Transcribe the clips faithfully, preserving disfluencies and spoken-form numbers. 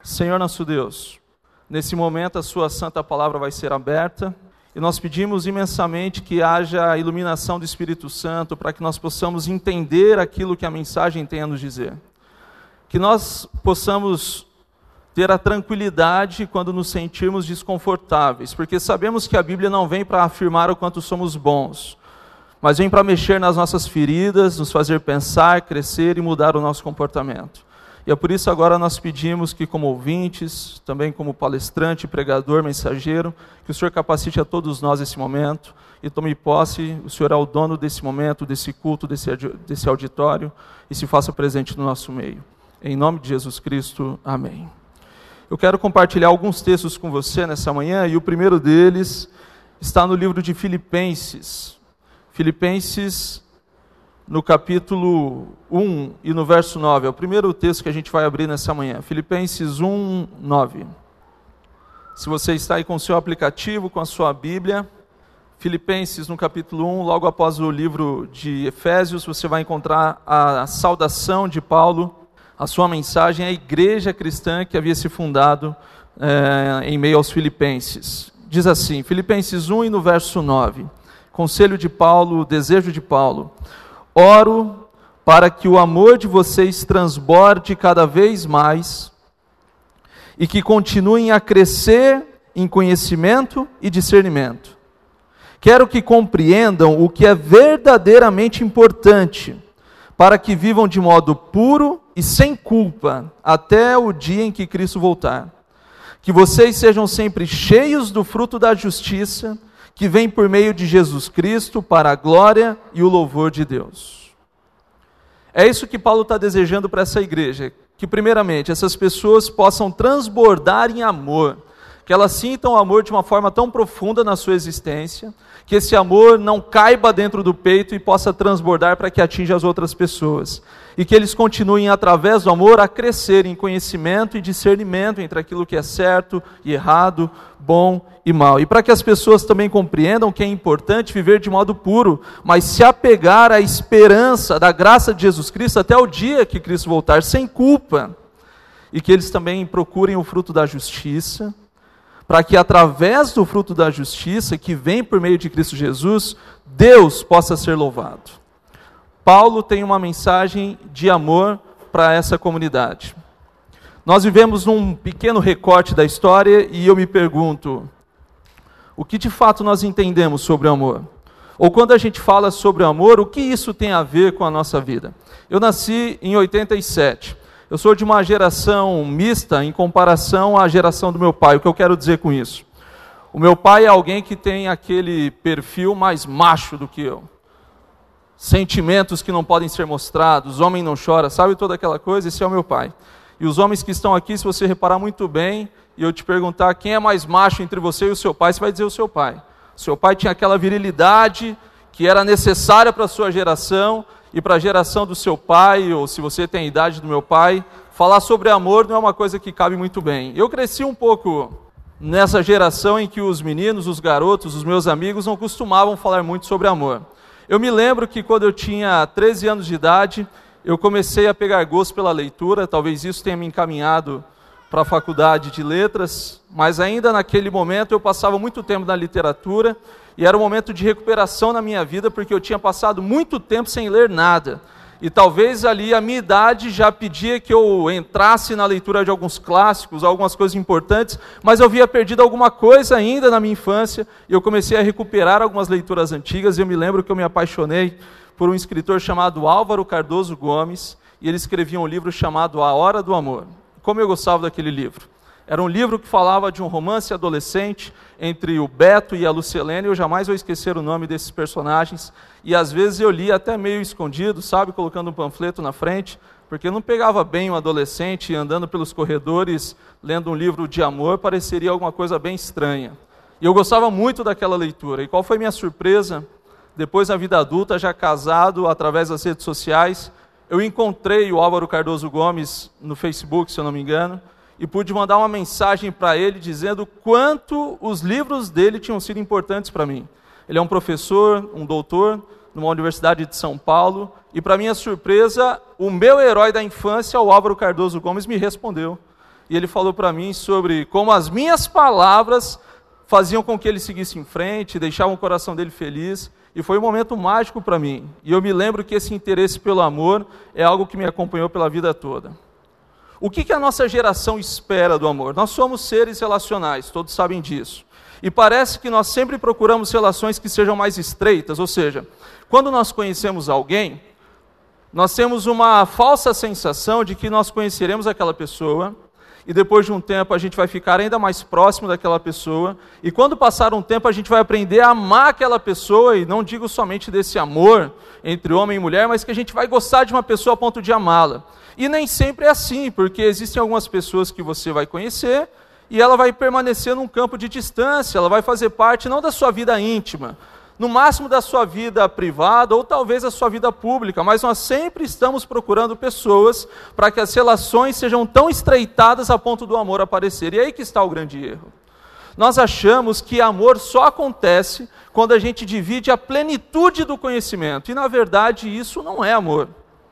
Senhor nosso Deus, nesse momento a sua santa palavra vai ser aberta e nós pedimos imensamente que haja a iluminação do Espírito Santo para que nós possamos entender aquilo que a mensagem tem a nos dizer. Que nós possamos ter a tranquilidade quando nos sentirmos desconfortáveis, porque sabemos que a Bíblia não vem para afirmar o quanto somos bons, mas vem para mexer nas nossas feridas, nos fazer pensar, crescer e mudar o nosso comportamento. E é por isso agora nós pedimos que como ouvintes, também como palestrante, pregador, mensageiro, que o Senhor capacite a todos nós nesse momento e tome posse, o Senhor é o dono desse momento, desse culto, desse, desse auditório e se faça presente no nosso meio. Em nome de Jesus Cristo, amém. Eu quero compartilhar alguns textos com você nessa manhã e o primeiro deles está no livro de Filipenses. Filipenses no capítulo um e no verso nove, é o primeiro texto que a gente vai abrir nessa manhã, Filipenses um, nove. Se você está aí com o seu aplicativo, com a sua Bíblia, Filipenses no capítulo um, logo após o livro de Efésios, você vai encontrar a saudação de Paulo, a sua mensagem à igreja cristã que havia se fundado é, em meio aos filipenses. Diz assim, Filipenses um e no verso nove, conselho de Paulo, desejo de Paulo: oro para que o amor de vocês transborde cada vez mais e que continuem a crescer em conhecimento e discernimento. Quero que compreendam o que é verdadeiramente importante, para que vivam de modo puro e sem culpa até o dia em que Cristo voltar. Que vocês sejam sempre cheios do fruto da justiça, que vem por meio de Jesus Cristo para a glória e o louvor de Deus. É isso que Paulo está desejando para essa igreja, que primeiramente essas pessoas possam transbordar em amor, que elas sintam o amor de uma forma tão profunda na sua existência, que esse amor não caiba dentro do peito e possa transbordar para que atinja as outras pessoas. E que eles continuem, através do amor, a crescer em conhecimento e discernimento entre aquilo que é certo e errado, bom e mal. E para que as pessoas também compreendam que é importante viver de modo puro, mas se apegar à esperança da graça de Jesus Cristo até o dia que Cristo voltar, sem culpa. E que eles também procurem o fruto da justiça, para que através do fruto da justiça, que vem por meio de Cristo Jesus, Deus possa ser louvado. Paulo tem uma mensagem de amor para essa comunidade. Nós vivemos num pequeno recorte da história e eu me pergunto, o que de fato nós entendemos sobre o amor? Ou quando a gente fala sobre o amor, o que isso tem a ver com a nossa vida? Eu nasci em oitenta e sete. Eu sou de uma geração mista em comparação à geração do meu pai. O que eu quero dizer com isso? O meu pai é alguém que tem aquele perfil mais macho do que eu. Sentimentos que não podem ser mostrados, homem não chora, sabe toda aquela coisa? Esse é o meu pai. E os homens que estão aqui, se você reparar muito bem, e eu te perguntar quem é mais macho entre você e o seu pai, você vai dizer o seu pai. O seu pai tinha aquela virilidade que era necessária para a sua geração, e para a geração do seu pai, ou se você tem a idade do meu pai, falar sobre amor não é uma coisa que cabe muito bem. Eu cresci um pouco nessa geração em que os meninos, os garotos, os meus amigos não costumavam falar muito sobre amor. Eu me lembro que quando eu tinha treze anos de idade, eu comecei a pegar gosto pela leitura, talvez isso tenha me encaminhado para a faculdade de letras, mas ainda naquele momento eu passava muito tempo na literatura, e era um momento de recuperação na minha vida, porque eu tinha passado muito tempo sem ler nada. E talvez ali a minha idade já pedia que eu entrasse na leitura de alguns clássicos, algumas coisas importantes, mas eu havia perdido alguma coisa ainda na minha infância, e eu comecei a recuperar algumas leituras antigas, e eu me lembro que eu me apaixonei por um escritor chamado Álvaro Cardoso Gomes, e ele escrevia um livro chamado A Hora do Amor. Como eu gostava daquele livro. Era um livro que falava de um romance adolescente entre o Beto e a Lucilene. Eu jamais vou esquecer o nome desses personagens. E às vezes eu lia até meio escondido, sabe, colocando um panfleto na frente, porque não pegava bem um adolescente andando pelos corredores, lendo um livro de amor, pareceria alguma coisa bem estranha. E eu gostava muito daquela leitura. E qual foi minha surpresa? Depois, na vida adulta, já casado, através das redes sociais, eu encontrei o Álvaro Cardoso Gomes no Facebook, se eu não me engano, e pude mandar uma mensagem para ele dizendo quanto os livros dele tinham sido importantes para mim. Ele é um professor, um doutor, numa universidade de São Paulo, e para minha surpresa, o meu herói da infância, o Álvaro Cardoso Gomes, me respondeu. e ele falou para mim sobre como as minhas palavras faziam com que ele seguisse em frente, deixavam o coração dele feliz, e foi um momento mágico para mim. E eu me lembro que esse interesse pelo amor é algo que me acompanhou pela vida toda. O que, que a nossa geração espera do amor? Nós somos seres relacionais, todos sabem disso. E parece que nós sempre procuramos relações que sejam mais estreitas, ou seja, quando nós conhecemos alguém, nós temos uma falsa sensação de que nós conheceremos aquela pessoa, e depois de um tempo a gente vai ficar ainda mais próximo daquela pessoa, e quando passar um tempo a gente vai aprender a amar aquela pessoa, e não digo somente desse amor entre homem e mulher, mas que a gente vai gostar de uma pessoa a ponto de amá-la. E nem sempre é assim, porque existem algumas pessoas que você vai conhecer, e ela vai permanecer num campo de distância, ela vai fazer parte não da sua vida íntima, no máximo da sua vida privada, ou talvez da sua vida pública, mas nós sempre estamos procurando pessoas para que as relações sejam tão estreitadas a ponto do amor aparecer. E aí que está o grande erro. Nós achamos que amor só acontece quando a gente divide a plenitude do conhecimento, e na verdade isso não é amor.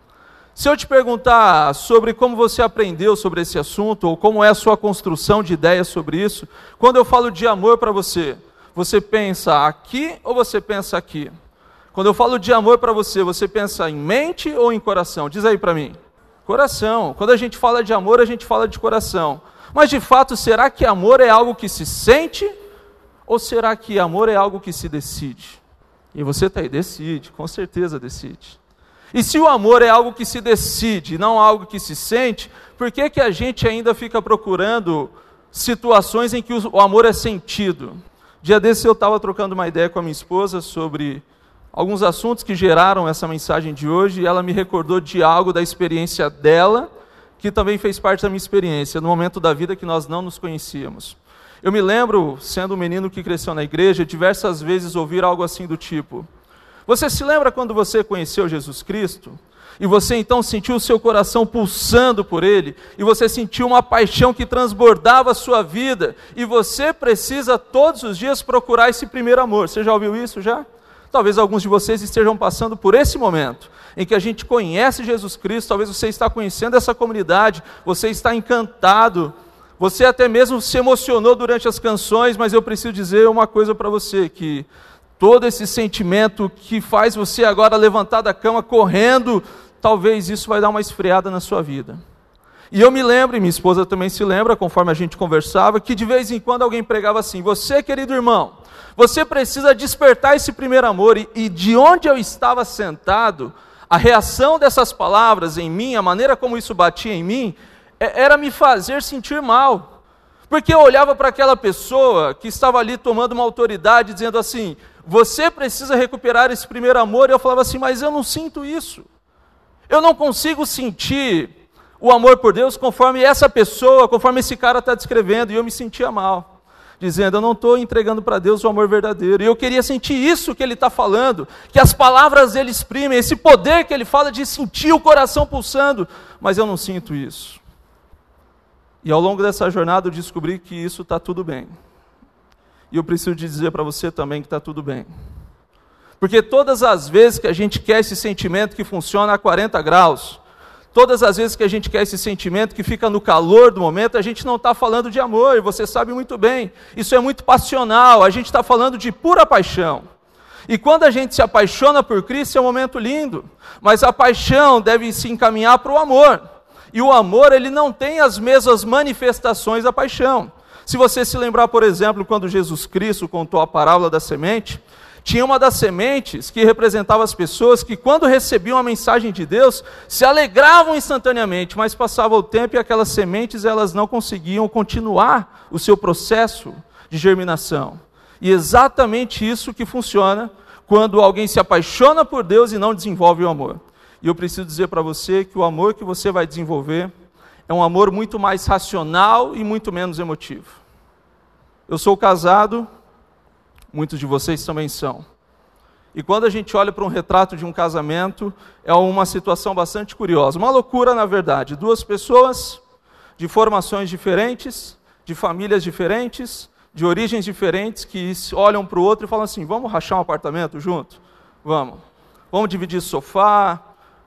Se eu te perguntar sobre como você aprendeu sobre esse assunto, ou como é a sua construção de ideias sobre isso, quando eu falo de amor para você, você pensa aqui ou você pensa aqui? Quando eu falo de amor para você, você pensa em mente ou em coração? Diz aí para mim. Coração. Quando a gente fala de amor, a gente fala de coração. Mas de fato, será que amor é algo que se sente? Ou será que amor é algo que se decide? E você está aí, decide, com certeza decide. E se o amor é algo que se decide, não algo que se sente, por que que a gente ainda fica procurando situações em que o amor é sentido? Dia desse eu estava trocando uma ideia com a minha esposa sobre alguns assuntos que geraram essa mensagem de hoje, e ela me recordou de algo da experiência dela, que também fez parte da minha experiência, no momento da vida que nós não nos conhecíamos. Eu me lembro, sendo um menino que cresceu na igreja, diversas vezes ouvir algo assim do tipo: você se lembra quando você conheceu Jesus Cristo? E você então sentiu o seu coração pulsando por Ele, e você sentiu uma paixão que transbordava a sua vida, e você precisa todos os dias procurar esse primeiro amor. Você já ouviu isso já? Talvez alguns de vocês estejam passando por esse momento, em que a gente conhece Jesus Cristo, talvez você está conhecendo essa comunidade, você está encantado, você até mesmo se emocionou durante as canções, mas eu preciso dizer uma coisa para você, que todo esse sentimento que faz você agora levantar da cama correndo, talvez isso vai dar uma esfriada na sua vida. E eu me lembro, e minha esposa também se lembra, conforme a gente conversava, que de vez em quando alguém pregava assim: você, querido irmão, você precisa despertar esse primeiro amor. E, e de onde eu estava sentado, a reação dessas palavras em mim, a maneira como isso batia em mim, era me fazer sentir mal. Porque eu olhava para aquela pessoa que estava ali tomando uma autoridade, dizendo assim: você precisa recuperar esse primeiro amor. E eu falava assim: mas eu não sinto isso. Eu não consigo sentir o amor por Deus conforme essa pessoa, conforme esse cara está descrevendo. E eu me sentia mal, dizendo: eu não estou entregando para Deus o amor verdadeiro. E eu queria sentir isso que ele está falando, que as palavras dele exprimem, esse poder que ele fala de sentir o coração pulsando, mas eu não sinto isso. E ao longo dessa jornada eu descobri que isso está tudo bem. E eu preciso dizer para você também que está tudo bem. Porque todas as vezes que a gente quer esse sentimento que funciona a quarenta graus, todas as vezes que a gente quer esse sentimento que fica no calor do momento, a gente não está falando de amor, e você sabe muito bem. Isso é muito passional, a gente está falando de pura paixão. E quando a gente se apaixona por Cristo é um momento lindo, mas a paixão deve se encaminhar para o amor. E o amor, ele não tem as mesmas manifestações da paixão. Se você se lembrar, por exemplo, quando Jesus Cristo contou a parábola da semente, tinha uma das sementes que representava as pessoas que, quando recebiam a mensagem de Deus, se alegravam instantaneamente, mas passava o tempo e aquelas sementes elas não conseguiam continuar o seu processo de germinação. E exatamente isso que funciona quando alguém se apaixona por Deus e não desenvolve o amor. E eu preciso dizer para você que o amor que você vai desenvolver é um amor muito mais racional e muito menos emotivo. Eu sou casado, muitos de vocês também são. E quando a gente olha para um retrato de um casamento, é uma situação bastante curiosa. Uma loucura, na verdade. Duas pessoas de formações diferentes, de famílias diferentes, de origens diferentes, que olham para o outro e falam assim: vamos rachar um apartamento junto? Vamos. Vamos dividir sofá,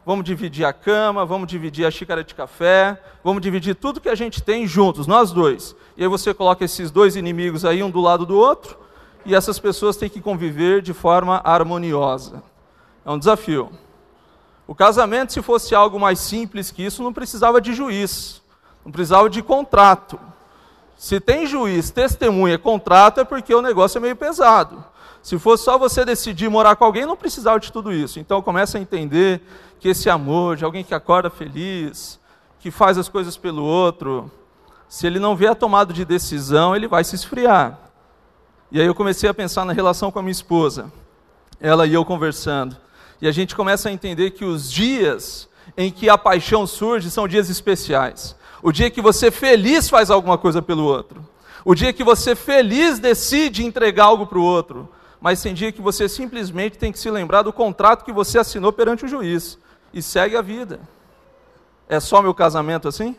vamos dividir a cama, vamos dividir a xícara de café, vamos dividir tudo que a gente tem juntos, nós dois. E aí você coloca esses dois inimigos aí, um do lado do outro, e essas pessoas têm que conviver de forma harmoniosa. É um desafio. O casamento, se fosse algo mais simples que isso, não precisava de juiz, não precisava de contrato. Se tem juiz, testemunha, contrato, é porque o negócio é meio pesado. Se fosse só você decidir morar com alguém, não precisava de tudo isso. Então começa a entender que esse amor de alguém que acorda feliz, que faz as coisas pelo outro, se ele não vê a tomada de decisão, ele vai se esfriar. E aí eu comecei a pensar na relação com a minha esposa, ela e eu conversando. E a gente começa a entender que os dias em que a paixão surge são dias especiais. O dia que você feliz faz alguma coisa pelo outro. O dia que você feliz decide entregar algo para o outro. Mas tem dia que você simplesmente tem que se lembrar do contrato que você assinou perante o juiz. E segue a vida. É só meu casamento assim?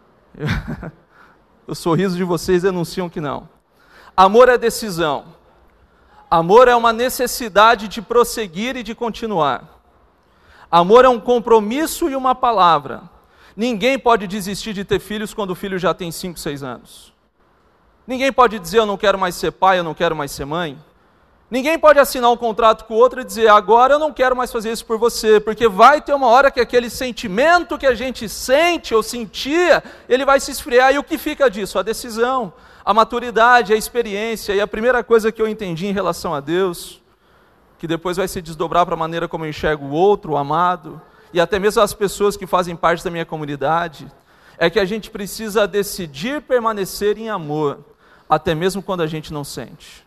Os sorrisos de vocês denunciam que não. Amor é decisão. Amor é uma necessidade de prosseguir e de continuar. Amor é um compromisso e uma palavra. Ninguém pode desistir de ter filhos quando o filho já tem cinco, seis anos. Ninguém pode dizer, eu não quero mais ser pai, eu não quero mais ser mãe. Ninguém pode assinar um contrato com o outro e dizer, agora eu não quero mais fazer isso por você, porque vai ter uma hora que aquele sentimento que a gente sente ou sentia, ele vai se esfriar. E o que fica disso? A decisão, a maturidade, a experiência. E a primeira coisa que eu entendi em relação a Deus, que depois vai se desdobrar para a maneira como eu enxergo o outro, o amado, e até mesmo as pessoas que fazem parte da minha comunidade, é que a gente precisa decidir permanecer em amor, até mesmo quando a gente não sente.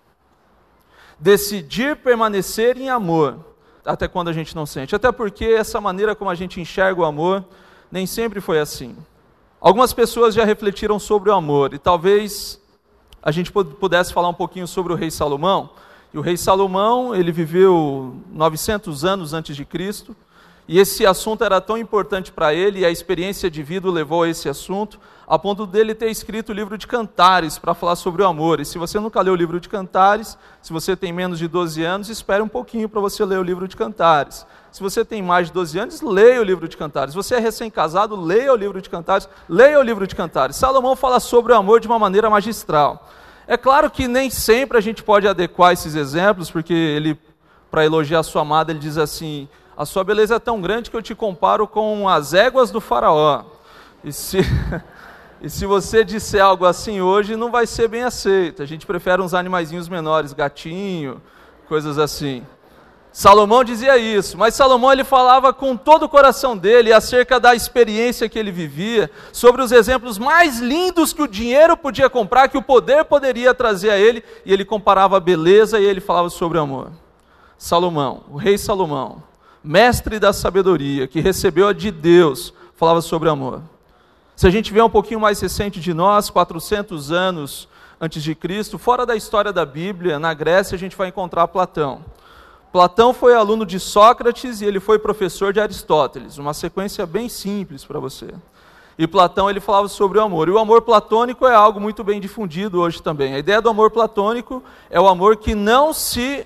Decidir permanecer em amor, até quando a gente não sente. Até porque essa maneira como a gente enxerga o amor, nem sempre foi assim. Algumas pessoas já refletiram sobre o amor, e talvez a gente pudesse falar um pouquinho sobre o rei Salomão. E o rei Salomão, ele viveu novecentos anos antes de Cristo, e esse assunto era tão importante para ele, e a experiência de vida o levou a esse assunto, a ponto dele ter escrito o livro de Cantares para falar sobre o amor. E se você nunca leu o livro de Cantares, se você tem menos de doze anos, espere um pouquinho para você ler o livro de Cantares. Se você tem mais de doze anos, leia o livro de Cantares. Se você é recém-casado, leia o livro de Cantares, leia o livro de Cantares. Salomão fala sobre o amor de uma maneira magistral. É claro que nem sempre a gente pode adequar esses exemplos, porque ele, para elogiar a sua amada, ele diz assim, a sua beleza é tão grande que eu te comparo com as éguas do faraó. E se, e se você disser algo assim hoje, não vai ser bem aceito. A gente prefere uns animaizinhos menores, gatinho, coisas assim. Salomão dizia isso, mas Salomão ele falava com todo o coração dele acerca da experiência que ele vivia, sobre os exemplos mais lindos que o dinheiro podia comprar, que o poder poderia trazer a ele, e ele comparava a beleza e ele falava sobre o amor. Salomão, o rei Salomão, mestre da sabedoria, que recebeu a de Deus, falava sobre amor. Se a gente vê um pouquinho mais recente de nós, quatrocentos anos antes de Cristo, fora da história da Bíblia, na Grécia a gente vai encontrar Platão. Platão foi aluno de Sócrates e ele foi professor de Aristóteles, uma sequência bem simples para você. E Platão ele falava sobre o amor, e o amor platônico é algo muito bem difundido hoje também. A ideia do amor platônico é o amor que não se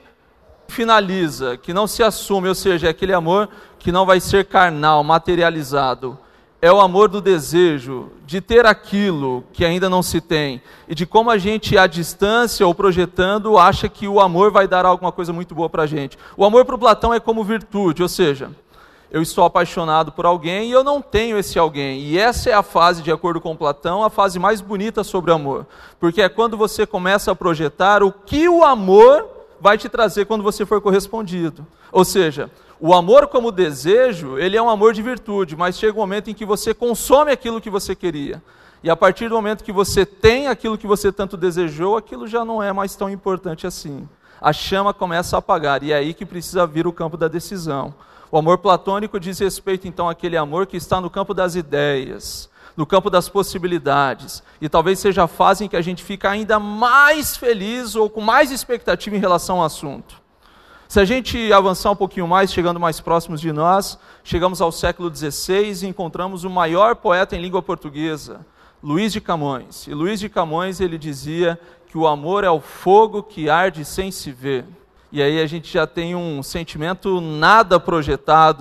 finaliza, que não se assume, ou seja, é aquele amor que não vai ser carnal, materializado. É o amor do desejo, de ter aquilo que ainda não se tem, e de como a gente, à distância ou projetando, acha que o amor vai dar alguma coisa muito boa para a gente. O amor para o Platão é como virtude, ou seja, eu estou apaixonado por alguém e eu não tenho esse alguém. E essa é a fase, de acordo com Platão, a fase mais bonita sobre o amor. Porque é quando você começa a projetar o que o amor vai te trazer quando você for correspondido. Ou seja, o amor como desejo, ele é um amor de virtude, mas chega um momento em que você consome aquilo que você queria. E a partir do momento que você tem aquilo que você tanto desejou, aquilo já não é mais tão importante assim. A chama começa a apagar, e é aí que precisa vir o campo da decisão. O amor platônico diz respeito então àquele amor que está no campo das ideias, no campo das possibilidades, e talvez seja a fase em que a gente fica ainda mais feliz ou com mais expectativa em relação ao assunto. Se a gente avançar um pouquinho mais, chegando mais próximos de nós, chegamos ao século dezesseis e encontramos o maior poeta em língua portuguesa, Luís de Camões. E Luís de Camões ele dizia que o amor é o fogo que arde sem se ver. E aí a gente já tem um sentimento nada projetado,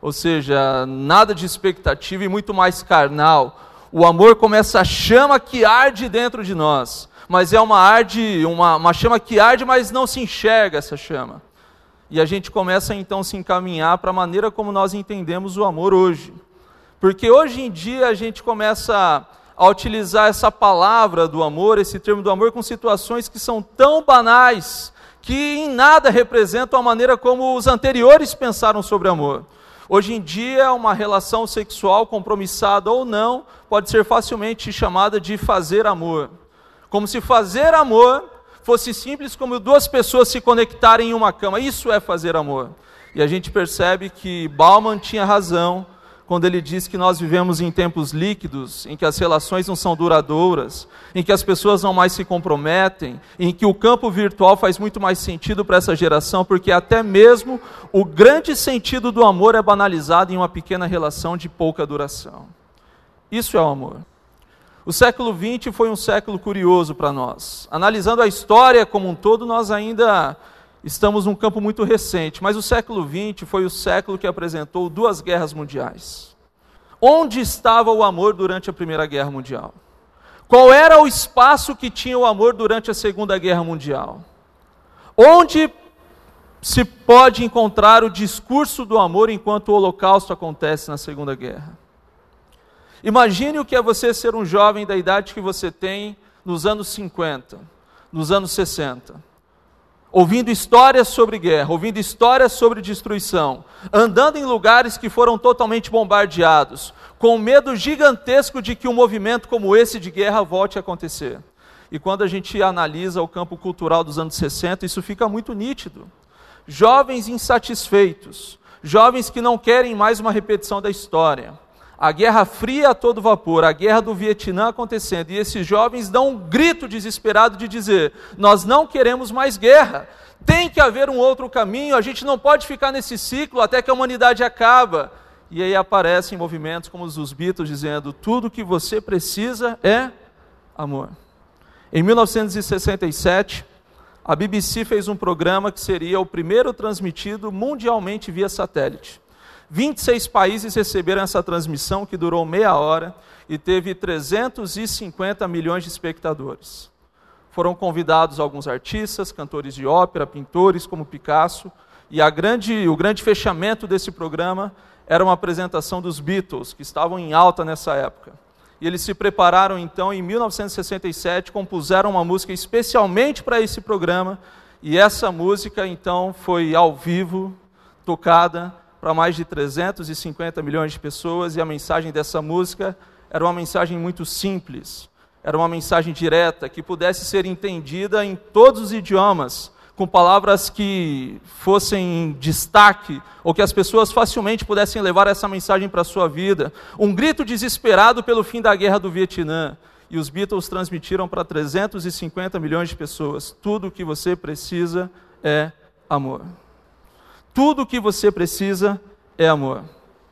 ou seja, nada de expectativa e muito mais carnal. O amor começa a chama que arde dentro de nós, mas é uma, arde, uma, uma chama que arde, mas não se enxerga essa chama. E a gente começa então a se encaminhar para a maneira como nós entendemos o amor hoje. Porque hoje em dia a gente começa a utilizar essa palavra do amor, esse termo do amor, com situações que são tão banais, que em nada representam a maneira como os anteriores pensaram sobre amor. Hoje em dia, uma relação sexual, compromissada ou não, pode ser facilmente chamada de fazer amor. Como se fazer amor fosse simples como duas pessoas se conectarem em uma cama. Isso é fazer amor. E a gente percebe que Bauman tinha razão quando ele diz que nós vivemos em tempos líquidos, em que as relações não são duradouras, em que as pessoas não mais se comprometem, em que o campo virtual faz muito mais sentido para essa geração, porque até mesmo o grande sentido do amor é banalizado em uma pequena relação de pouca duração. Isso é o amor. O século vinte foi um século curioso para nós. Analisando a história como um todo, nós ainda estamos num campo muito recente, mas o século vinte foi o século que apresentou duas guerras mundiais. Onde estava o amor durante a Primeira Guerra Mundial? Qual era o espaço que tinha o amor durante a Segunda Guerra Mundial? Onde se pode encontrar o discurso do amor enquanto o Holocausto acontece na Segunda Guerra? Imagine o que é você ser um jovem da idade que você tem nos anos cinquenta, nos anos sessenta. Ouvindo histórias sobre guerra, ouvindo histórias sobre destruição, andando em lugares que foram totalmente bombardeados, com medo gigantesco de que um movimento como esse de guerra volte a acontecer. E quando a gente analisa o campo cultural dos anos sessenta, isso fica muito nítido. Jovens insatisfeitos, jovens que não querem mais uma repetição da história. A Guerra Fria a todo vapor, a guerra do Vietnã acontecendo, e esses jovens dão um grito desesperado de dizer: nós não queremos mais guerra, tem que haver um outro caminho, a gente não pode ficar nesse ciclo até que a humanidade acaba. E aí aparecem movimentos como os dos Beatles dizendo: tudo que você precisa é amor. Em mil novecentos e sessenta e sete, a B B C fez um programa que seria o primeiro transmitido mundialmente via satélite. vinte e seis países receberam essa transmissão, que durou meia hora, e teve trezentos e cinquenta milhões de espectadores. Foram convidados alguns artistas, cantores de ópera, pintores como Picasso, e a grande, o grande fechamento desse programa era uma apresentação dos Beatles, que estavam em alta nessa época. E eles se prepararam então, em mil novecentos e sessenta e sete, compuseram uma música especialmente para esse programa, e essa música então foi ao vivo, tocada para mais de trezentos e cinquenta milhões de pessoas, e a mensagem dessa música era uma mensagem muito simples, era uma mensagem direta, que pudesse ser entendida em todos os idiomas, com palavras que fossem em destaque, ou que as pessoas facilmente pudessem levar essa mensagem para a sua vida. Um grito desesperado pelo fim da guerra do Vietnã, e os Beatles transmitiram para trezentos e cinquenta milhões de pessoas: tudo o que você precisa é amor. Tudo o que você precisa é amor.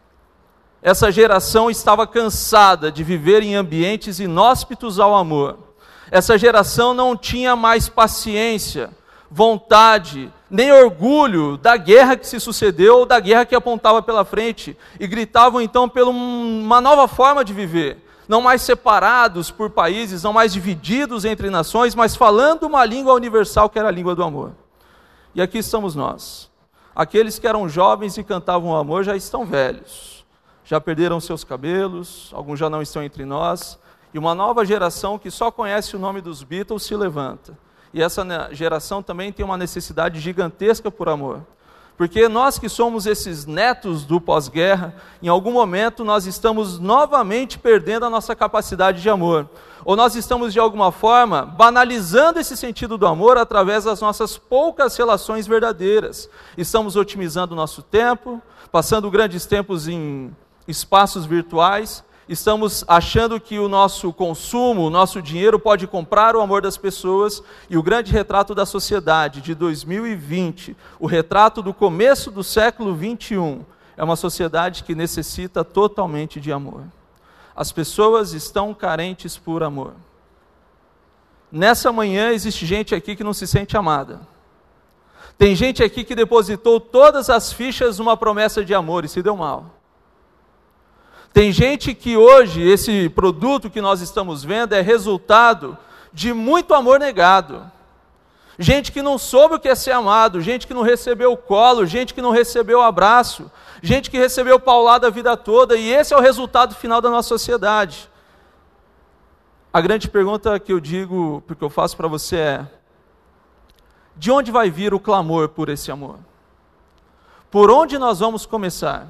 Essa geração estava cansada de viver em ambientes inóspitos ao amor. Essa geração não tinha mais paciência, vontade, nem orgulho da guerra que se sucedeu ou da guerra que apontava pela frente, e gritavam então por uma nova forma de viver, não mais separados por países, não mais divididos entre nações, mas falando uma língua universal que era a língua do amor. E aqui estamos nós. Aqueles que eram jovens e cantavam o amor já estão velhos, já perderam seus cabelos, alguns já não estão entre nós, e uma nova geração que só conhece o nome dos Beatles se levanta. E essa geração também tem uma necessidade gigantesca por amor. Porque nós que somos esses netos do pós-guerra, em algum momento nós estamos novamente perdendo a nossa capacidade de amor. Ou nós estamos, de alguma forma, banalizando esse sentido do amor através das nossas poucas relações verdadeiras. Estamos otimizando o nosso tempo, passando grandes tempos em espaços virtuais, estamos achando que o nosso consumo, o nosso dinheiro pode comprar o amor das pessoas, e o grande retrato da sociedade de dois mil e vinte, o retrato do começo do século vinte e um, é uma sociedade que necessita totalmente de amor. As pessoas estão carentes por amor. Nessa manhã existe gente aqui que não se sente amada. Tem gente aqui que depositou todas as fichas numa promessa de amor e se deu mal. Tem gente que hoje, esse produto que nós estamos vendo é resultado de muito amor negado. Gente que não soube o que é ser amado, gente que não recebeu o colo, gente que não recebeu o abraço, gente que recebeu paulada a vida toda, e esse é o resultado final da nossa sociedade. A grande pergunta que eu digo, porque eu faço para você é: de onde vai vir o clamor por esse amor? Por onde nós vamos começar?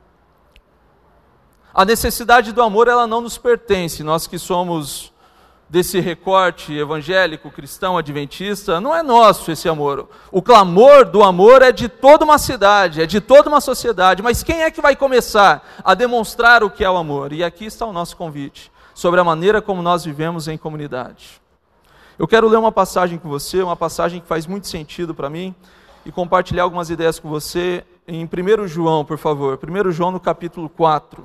A necessidade do amor, ela não nos pertence, nós que somos desse recorte evangélico, cristão, adventista, não é nosso esse amor. O clamor do amor é de toda uma cidade, é de toda uma sociedade, mas quem é que vai começar a demonstrar o que é o amor? E aqui está o nosso convite, sobre a maneira como nós vivemos em comunidade. Eu quero ler uma passagem com você, uma passagem que faz muito sentido para mim, e compartilhar algumas ideias com você em primeiro João, por favor. primeiro João no capítulo quatro.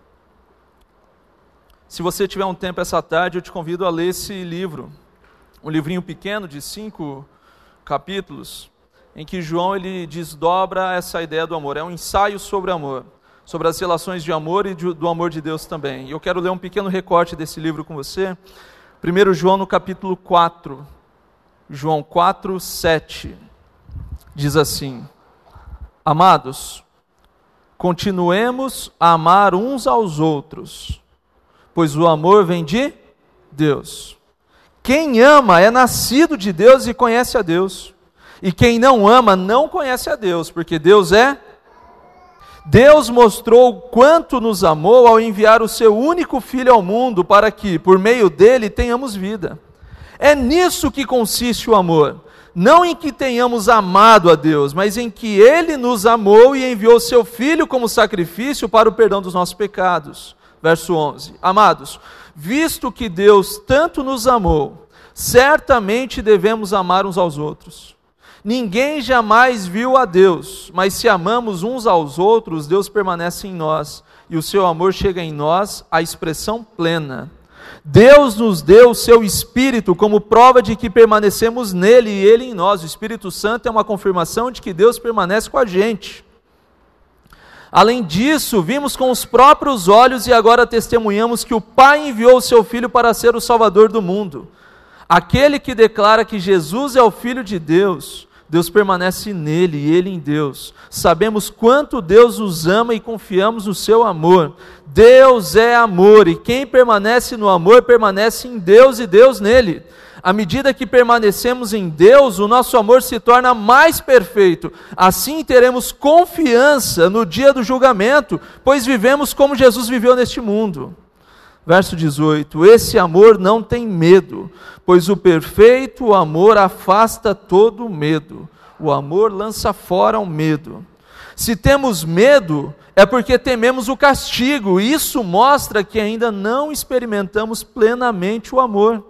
Se você tiver um tempo essa tarde, eu te convido a ler esse livro, um livrinho pequeno de cinco capítulos, em que João ele desdobra essa ideia do amor. É um ensaio sobre amor, sobre as relações de amor e de, do amor de Deus também. E eu quero ler um pequeno recorte desse livro com você. primeiro João no capítulo quatro, João quatro, sete, diz assim: Amados, continuemos a amar uns aos outros, pois o amor vem de Deus. Quem ama é nascido de Deus e conhece a Deus. E quem não ama não conhece a Deus, porque Deus é... Deus mostrou o quanto nos amou ao enviar o seu único Filho ao mundo, para que, por meio dele, tenhamos vida. É nisso que consiste o amor. Não em que tenhamos amado a Deus, mas em que Ele nos amou e enviou seu Filho como sacrifício para o perdão dos nossos pecados. Verso onze. Amados, visto que Deus tanto nos amou, certamente devemos amar uns aos outros. Ninguém jamais viu a Deus, mas se amamos uns aos outros, Deus permanece em nós, e o seu amor chega em nós à expressão plena. Deus nos deu o seu Espírito como prova de que permanecemos nele e ele em nós. O Espírito Santo é uma confirmação de que Deus permanece com a gente. Além disso, vimos com os próprios olhos e agora testemunhamos que o Pai enviou o seu Filho para ser o Salvador do mundo. Aquele que declara que Jesus é o Filho de Deus, Deus permanece nele e ele em Deus. Sabemos quanto Deus nos ama e confiamos no seu amor. Deus é amor e quem permanece no amor permanece em Deus e Deus nele. À medida que permanecemos em Deus, o nosso amor se torna mais perfeito. Assim teremos confiança no dia do julgamento, pois vivemos como Jesus viveu neste mundo. Verso dezoito. Esse amor não tem medo, pois o perfeito amor afasta todo medo. O amor lança fora o medo. Se temos medo, é porque tememos o castigo. Isso mostra que ainda não experimentamos plenamente o amor.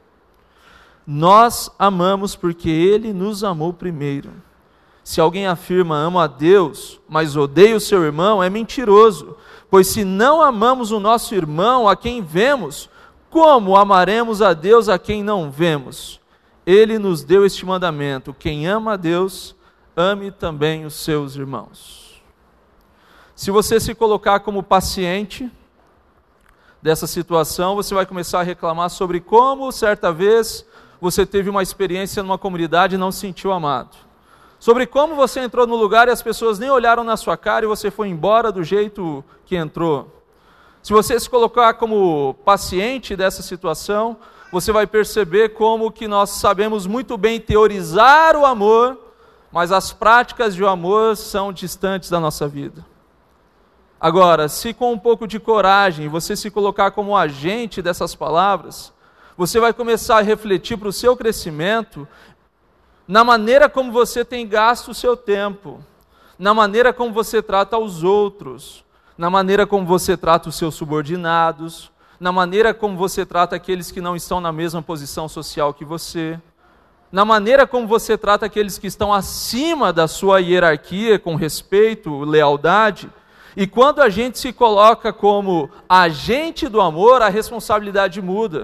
Nós amamos porque Ele nos amou primeiro. Se alguém afirma amo a Deus, mas odeia o seu irmão, é mentiroso. Pois se não amamos o nosso irmão a quem vemos, como amaremos a Deus a quem não vemos? Ele nos deu este mandamento: quem ama a Deus, ame também os seus irmãos. Se você se colocar como paciente dessa situação, você vai começar a reclamar sobre como, certa vez, você teve uma experiência numa comunidade e não se sentiu amado. Sobre como você entrou no lugar e as pessoas nem olharam na sua cara e você foi embora do jeito que entrou. Se você se colocar como paciente dessa situação, você vai perceber como que nós sabemos muito bem teorizar o amor, mas as práticas de amor são distantes da nossa vida. Agora, se com um pouco de coragem você se colocar como agente dessas palavras, você vai começar a refletir para o seu crescimento na maneira como você tem gasto o seu tempo, na maneira como você trata os outros, na maneira como você trata os seus subordinados, na maneira como você trata aqueles que não estão na mesma posição social que você, na maneira como você trata aqueles que estão acima da sua hierarquia, com respeito, lealdade. E quando a gente se coloca como agente do amor, a responsabilidade muda.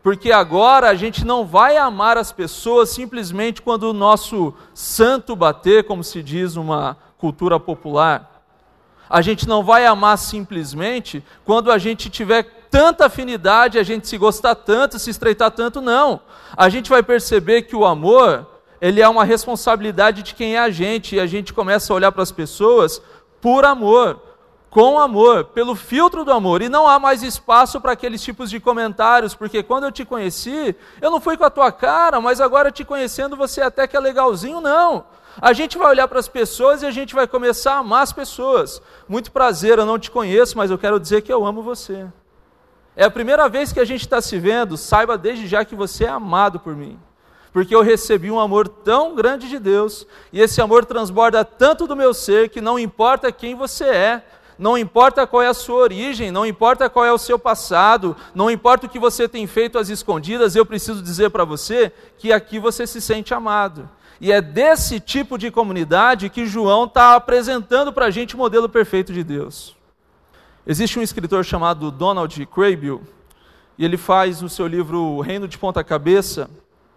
Porque agora a gente não vai amar as pessoas simplesmente quando o nosso santo bater, como se diz numa cultura popular. A gente não vai amar simplesmente quando a gente tiver tanta afinidade, a gente se gostar tanto, se estreitar tanto, não. A gente vai perceber que o amor, ele é uma responsabilidade de quem é a gente, e a gente começa a olhar para as pessoas por amor, com amor, pelo filtro do amor, e não há mais espaço para aqueles tipos de comentários, porque quando eu te conheci, eu não fui com a tua cara, mas agora te conhecendo você até que é legalzinho, não. A gente vai olhar para as pessoas e a gente vai começar a amar as pessoas. Muito prazer, eu não te conheço, mas eu quero dizer que eu amo você. É a primeira vez que a gente está se vendo, saiba desde já que você é amado por mim. Porque eu recebi um amor tão grande de Deus, e esse amor transborda tanto do meu ser, que não importa quem você é, não importa qual é a sua origem, não importa qual é o seu passado, não importa o que você tem feito às escondidas, eu preciso dizer para você que aqui você se sente amado. E é desse tipo de comunidade que João está apresentando para a gente o modelo perfeito de Deus. Existe um escritor chamado Donald Kraybill, e ele faz no seu livro O Reino de Ponta Cabeça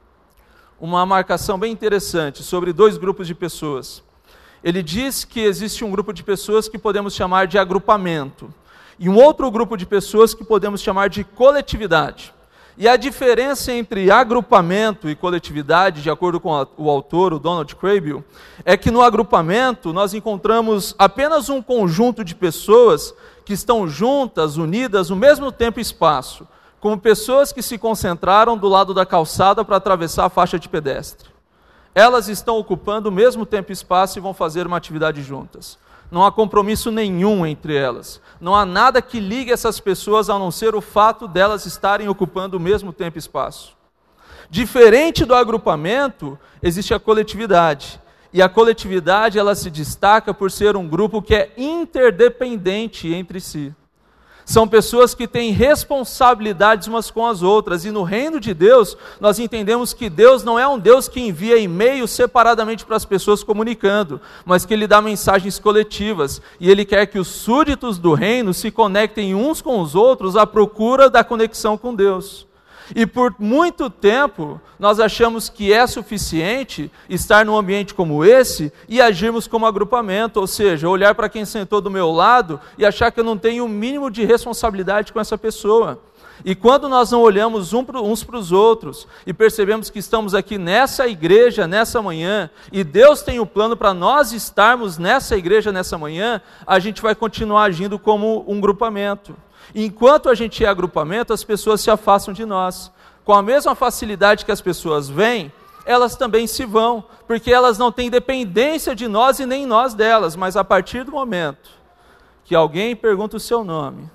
uma marcação bem interessante sobre dois grupos de pessoas. Ele diz que existe um grupo de pessoas que podemos chamar de agrupamento, e um outro grupo de pessoas que podemos chamar de coletividade. E a diferença entre agrupamento e coletividade, de acordo com o autor, o Donald Kraybill, é que no agrupamento nós encontramos apenas um conjunto de pessoas que estão juntas, unidas no mesmo tempo e espaço, como pessoas que se concentraram do lado da calçada para atravessar a faixa de pedestre. Elas estão ocupando o mesmo tempo e espaço e vão fazer uma atividade juntas. Não há compromisso nenhum entre elas. Não há nada que ligue essas pessoas a não ser o fato delas estarem ocupando o mesmo tempo e espaço. Diferente do agrupamento, existe a coletividade. E a coletividade, ela se destaca por ser um grupo que é interdependente entre si. São pessoas que têm responsabilidades umas com as outras. E no reino de Deus, nós entendemos que Deus não é um Deus que envia e-mails separadamente para as pessoas comunicando, mas que Ele dá mensagens coletivas. E Ele quer que os súditos do reino se conectem uns com os outros à procura da conexão com Deus. E por muito tempo, nós achamos que é suficiente estar num ambiente como esse e agirmos como agrupamento, ou seja, olhar para quem sentou do meu lado e achar que eu não tenho o mínimo de responsabilidade com essa pessoa. E quando nós não olhamos uns para os outros e percebemos que estamos aqui nessa igreja, nessa manhã, e Deus tem um plano para nós estarmos nessa igreja nessa manhã, a gente vai continuar agindo como um grupamento. Enquanto a gente é agrupamento, as pessoas se afastam de nós. Com a mesma facilidade que as pessoas vêm, elas também se vão, porque elas não têm dependência de nós e nem nós delas. Mas a partir do momento que alguém pergunta o seu nome,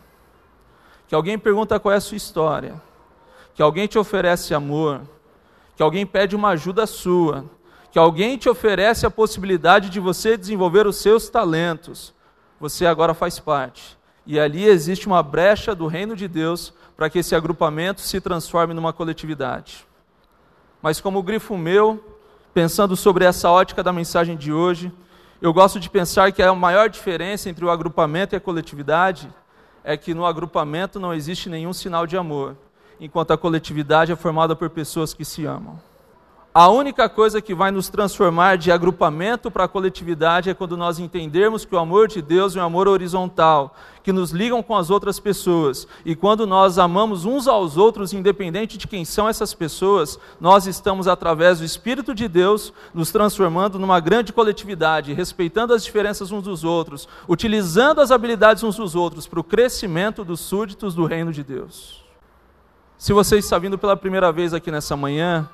que alguém pergunta qual é a sua história, que alguém te oferece amor, que alguém pede uma ajuda sua, que alguém te oferece a possibilidade de você desenvolver os seus talentos, você agora faz parte. E ali existe uma brecha do reino de Deus para que esse agrupamento se transforme numa coletividade. Mas como grifo meu, pensando sobre essa ótica da mensagem de hoje, eu gosto de pensar que a maior diferença entre o agrupamento e a coletividade é que no agrupamento não existe nenhum sinal de amor, enquanto a coletividade é formada por pessoas que se amam. A única coisa que vai nos transformar de agrupamento para a coletividade é quando nós entendermos que o amor de Deus é um amor horizontal, que nos ligam com as outras pessoas. E quando nós amamos uns aos outros, independente de quem são essas pessoas, nós estamos, através do Espírito de Deus, nos transformando numa grande coletividade, respeitando as diferenças uns dos outros, utilizando as habilidades uns dos outros para o crescimento dos súditos do reino de Deus. Se você está vindo pela primeira vez aqui nessa manhã,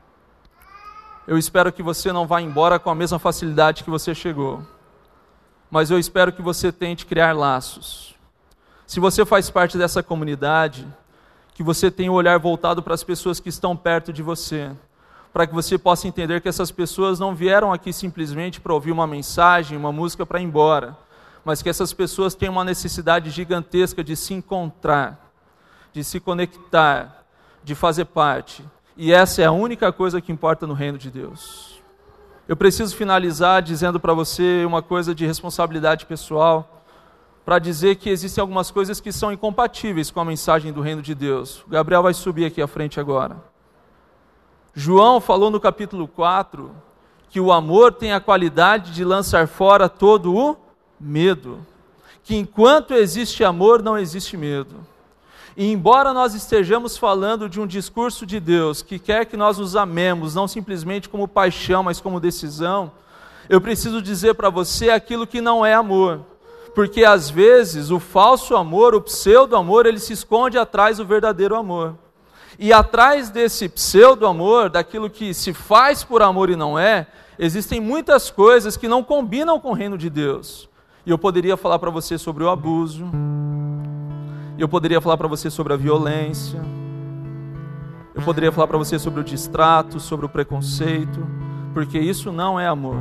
eu espero que você não vá embora com a mesma facilidade que você chegou. Mas eu espero que você tente criar laços. Se você faz parte dessa comunidade, que você tenha o olhar voltado para as pessoas que estão perto de você, para que você possa entender que essas pessoas não vieram aqui simplesmente para ouvir uma mensagem, uma música para ir embora, mas que essas pessoas têm uma necessidade gigantesca de se encontrar, de se conectar, de fazer parte. E essa é a única coisa que importa no reino de Deus. Eu preciso finalizar dizendo para você uma coisa de responsabilidade pessoal. para dizer que existem algumas coisas que são incompatíveis com a mensagem do reino de Deus. O Gabriel vai subir aqui à frente agora. João falou no capítulo quatro que o amor tem a qualidade de lançar fora todo o medo. Que enquanto existe amor, não existe medo. E embora nós estejamos falando de um discurso de Deus que quer que nós nos amemos, não simplesmente como paixão, mas como decisão, eu preciso dizer para você aquilo que não é amor. Porque às vezes o falso amor, o pseudo-amor, ele se esconde atrás do verdadeiro amor. E atrás desse pseudo-amor, daquilo que se faz por amor e não é, existem muitas coisas que não combinam com o reino de Deus. E eu poderia falar para você sobre o abuso, eu poderia falar para você sobre a violência, eu poderia falar para você sobre o distrato, sobre o preconceito, porque isso não é amor.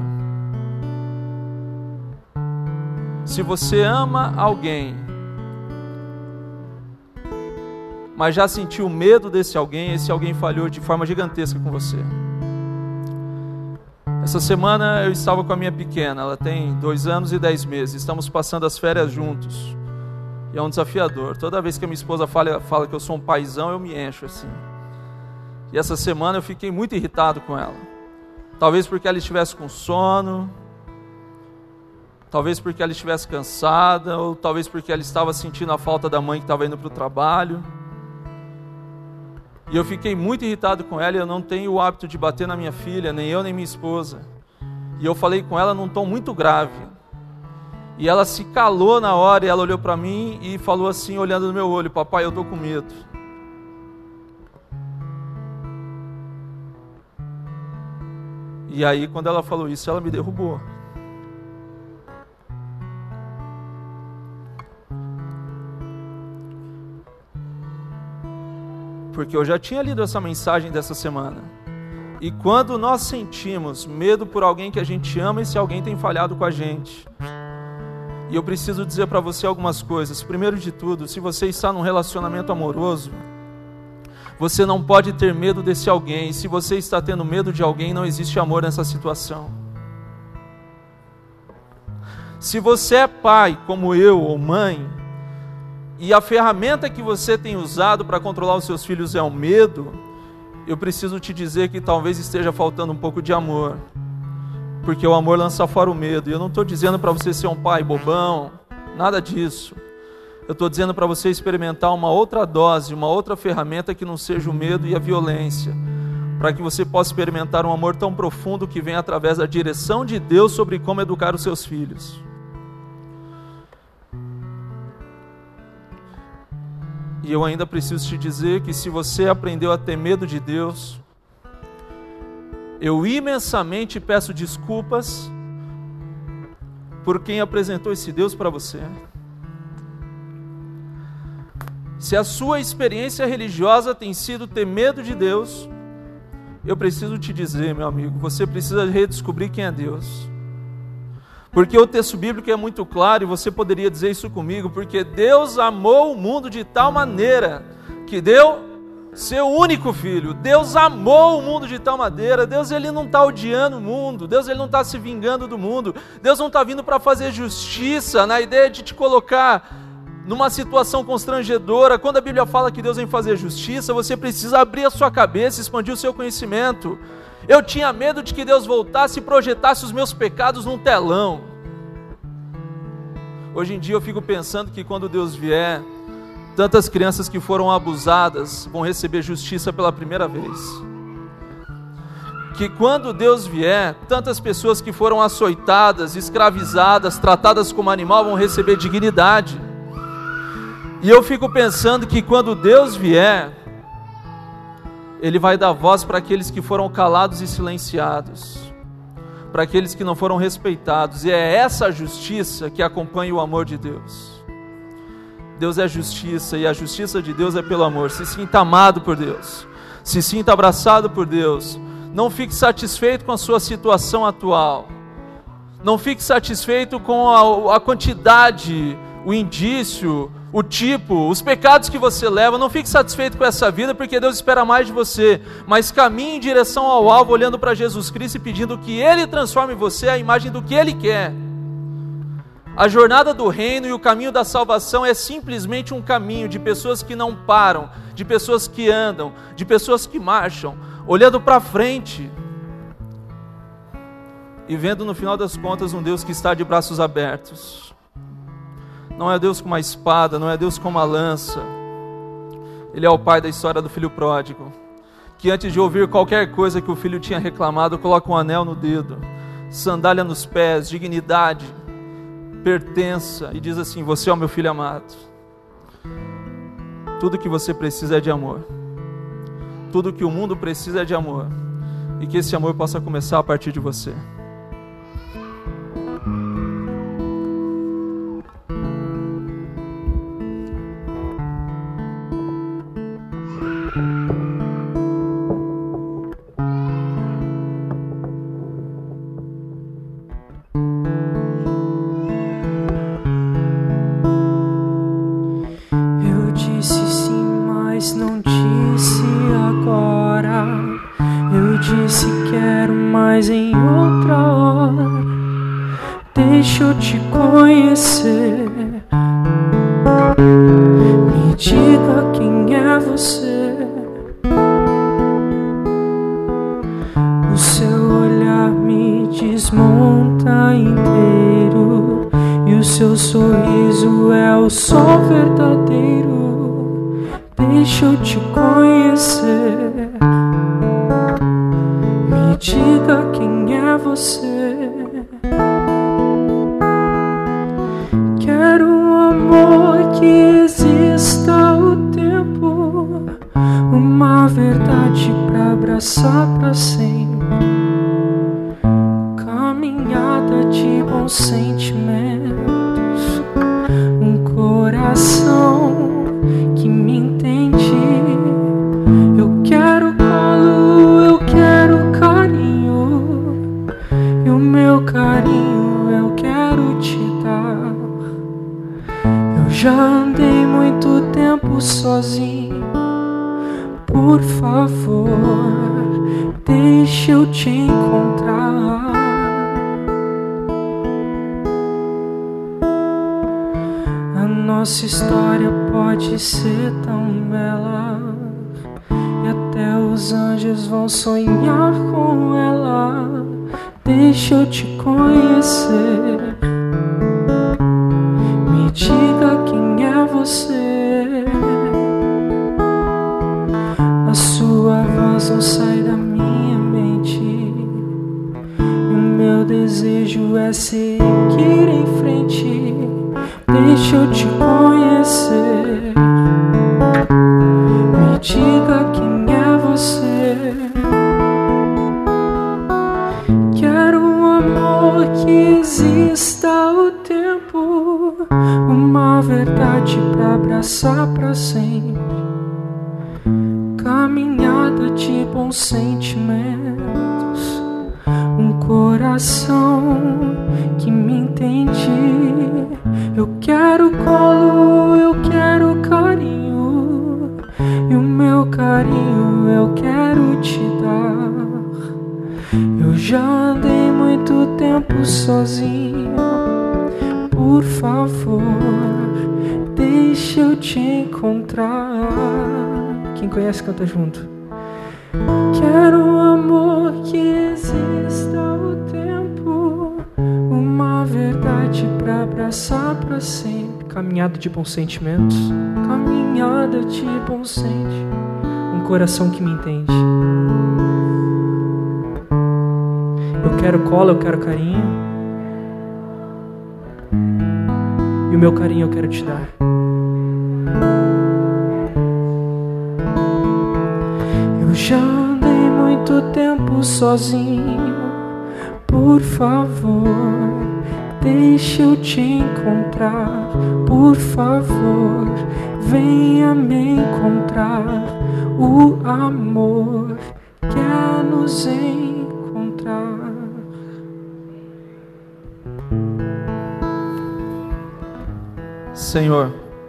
Se você ama alguém, mas já sentiu medo desse alguém, esse alguém falhou de forma gigantesca com você. Essa semana eu estava com a minha pequena, ela tem dois anos e dez meses, estamos passando as férias juntos. E é um desafiador. Toda vez que a minha esposa fala, fala que eu sou um paizão, eu me encho assim. E essa semana eu fiquei muito irritado com ela. Talvez porque ela estivesse com sono, talvez porque ela estivesse cansada, ou talvez porque ela estava sentindo a falta da mãe que estava indo para o trabalho. E eu fiquei muito irritado com ela, e eu não tenho o hábito de bater na minha filha, nem eu nem minha esposa. E eu falei com ela num tom muito grave. E ela se calou na hora, e ela olhou para mim e falou assim, olhando no meu olho: papai, eu estou com medo. E aí, quando ela falou isso, ela me derrubou. Porque eu já tinha lido essa mensagem dessa semana. E quando nós sentimos medo por alguém que a gente ama, esse alguém tem falhado com a gente. E eu preciso dizer para você algumas coisas. Primeiro de tudo, se você está num relacionamento amoroso, você não pode ter medo desse alguém. E se você está tendo medo de alguém, não existe amor nessa situação. Se você é pai, como eu, ou mãe, e a ferramenta que você tem usado para controlar os seus filhos é o medo, eu preciso te dizer que talvez esteja faltando um pouco de amor. Porque o amor lança fora o medo. E eu não estou dizendo para você ser um pai bobão, nada disso. Eu estou dizendo para você experimentar uma outra dose, uma outra ferramenta que não seja o medo e a violência, para que você possa experimentar um amor tão profundo que vem através da direção de Deus sobre como educar os seus filhos. E eu ainda preciso te dizer que se você aprendeu a ter medo de Deus, eu imensamente peço desculpas por quem apresentou esse Deus para você. Se a sua experiência religiosa tem sido ter medo de Deus, eu preciso te dizer, meu amigo, você precisa redescobrir quem é Deus. Porque o texto bíblico é muito claro, e você poderia dizer isso comigo, porque Deus amou o mundo de tal maneira que deu seu único filho. Deus amou o mundo de tal maneira. Deus ele não está odiando o mundo. Deus ele não está se vingando do mundo. Deus não está vindo para fazer justiça na ideia de te colocar numa situação constrangedora. Quando a Bíblia fala que Deus vem fazer justiça, você precisa abrir a sua cabeça, expandir o seu conhecimento. Eu tinha medo de que Deus voltasse e projetasse os meus pecados num telão. Hoje em dia eu fico pensando que quando Deus vier, tantas crianças que foram abusadas vão receber justiça pela primeira vez. Que quando Deus vier, tantas pessoas que foram açoitadas, escravizadas, tratadas como animal vão receber dignidade. E eu fico pensando que quando Deus vier, Ele vai dar voz para aqueles que foram calados e silenciados, para aqueles que não foram respeitados. E é essa justiça que acompanha o amor de Deus. Deus é justiça, e a justiça de Deus é pelo amor. Se sinta amado por Deus, se sinta abraçado por Deus. Não fique satisfeito com a sua situação atual, não fique satisfeito com a, a quantidade, o indício, o tipo, os pecados que você leva. Não fique satisfeito com essa vida, porque Deus espera mais de você, mas caminhe em direção ao alvo, olhando para Jesus Cristo e pedindo que Ele transforme você à imagem do que Ele quer. A jornada do reino e o caminho da salvação é simplesmente um caminho de pessoas que não param, de pessoas que andam, de pessoas que marcham, olhando para frente e vendo no final das contas um Deus que está de braços abertos. Não é Deus com uma espada, não é Deus com uma lança. Ele é o pai da história do filho pródigo, que antes de ouvir qualquer coisa que o filho tinha reclamado, coloca um anel no dedo, sandália nos pés, dignidade, pertença, e diz assim: você é o meu filho amado. Tudo que você precisa é de amor. Tudo que o mundo precisa é de amor. E que esse amor possa começar a partir de você. Deixa eu te conhecer. Me diga quem é você. O seu olhar me desmonta inteiro, e o seu sorriso é o sol verdadeiro. Deixa eu te conhecer. Me diga quem é você. Quero um amor que exista o tempo, uma verdade pra abraçar pra sempre, caminhada de bons sentimentos, um coração que me entende. Eu quero colo, eu quero carinho, e o meu carinho eu quero te dar. Já andei muito tempo sozinho, por favor, deixa eu te encontrar. A nossa história pode ser tão bela, e até os anjos vão sonhar com ela. Deixa eu te conhecer. Me diga quem é você. A sua voz não sai da minha mente, e o meu desejo é seguir em frente. Deixa eu te conhecer. Me diga quem é você. Quero um amor que exista o tempo, uma verdade pra abraçar pra sempre, caminhada de bons sentimentos, um coração que me entende. Eu quero colo, eu quero carinho, e o meu carinho eu quero te dar. Eu já andei muito tempo sozinho, por favor, deixa eu te encontrar. Quem conhece canta junto. Quero um amor que exista o tempo, uma verdade pra abraçar pra sempre, caminhada de bons sentimentos, caminhada de bons sentimentos, um coração que me entende. Eu quero cola, eu quero carinho, e o meu carinho eu quero te dar. Eu já andei muito tempo sozinho, por favor, deixa eu te encontrar. Por favor, venha me encontrar. O amor quer nos encontrar. Senhor,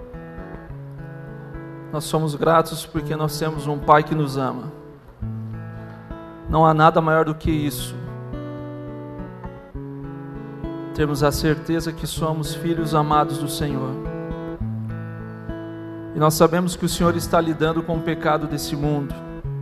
nós somos gratos porque nós temos um Pai que nos ama. Não há nada maior do que isso. termos a certeza que somos filhos amados do Senhor. E nós sabemos que o Senhor está lidando com o pecado desse mundo.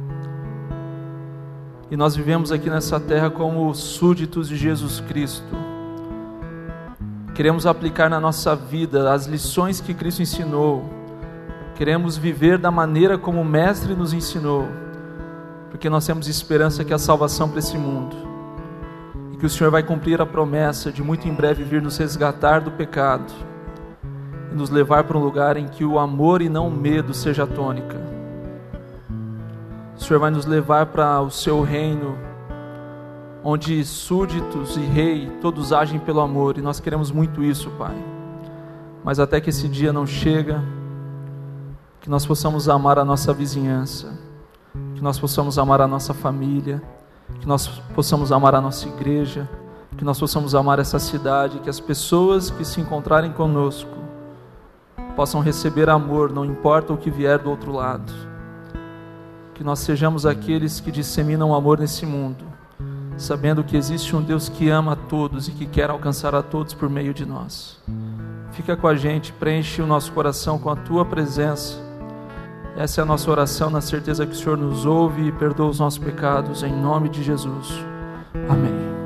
E nós vivemos aqui nessa terra como súditos de Jesus Cristo. Queremos aplicar na nossa vida as lições que Cristo ensinou. Queremos viver da maneira como o Mestre nos ensinou. Porque nós temos esperança que há salvação para esse mundo. E que o Senhor vai cumprir a promessa de muito em breve vir nos resgatar do pecado. E nos levar para um lugar em que o amor e não o medo seja a tônica. O Senhor vai nos levar para o seu reino, onde súditos e rei todos agem pelo amor, e nós queremos muito isso, Pai. Mas até que esse dia não chega, que nós possamos amar a nossa vizinhança, que nós possamos amar a nossa família, que nós possamos amar a nossa igreja, que nós possamos amar essa cidade, que as pessoas que se encontrarem conosco possam receber amor, não importa o que vier do outro lado. Que nós sejamos aqueles que disseminam amor nesse mundo, sabendo que existe um Deus que ama a todos e que quer alcançar a todos por meio de nós. Fica com a gente, preenche o nosso coração com a Tua presença. Essa é a nossa oração, na certeza que o Senhor nos ouve e perdoa os nossos pecados, em nome de Jesus. Amém.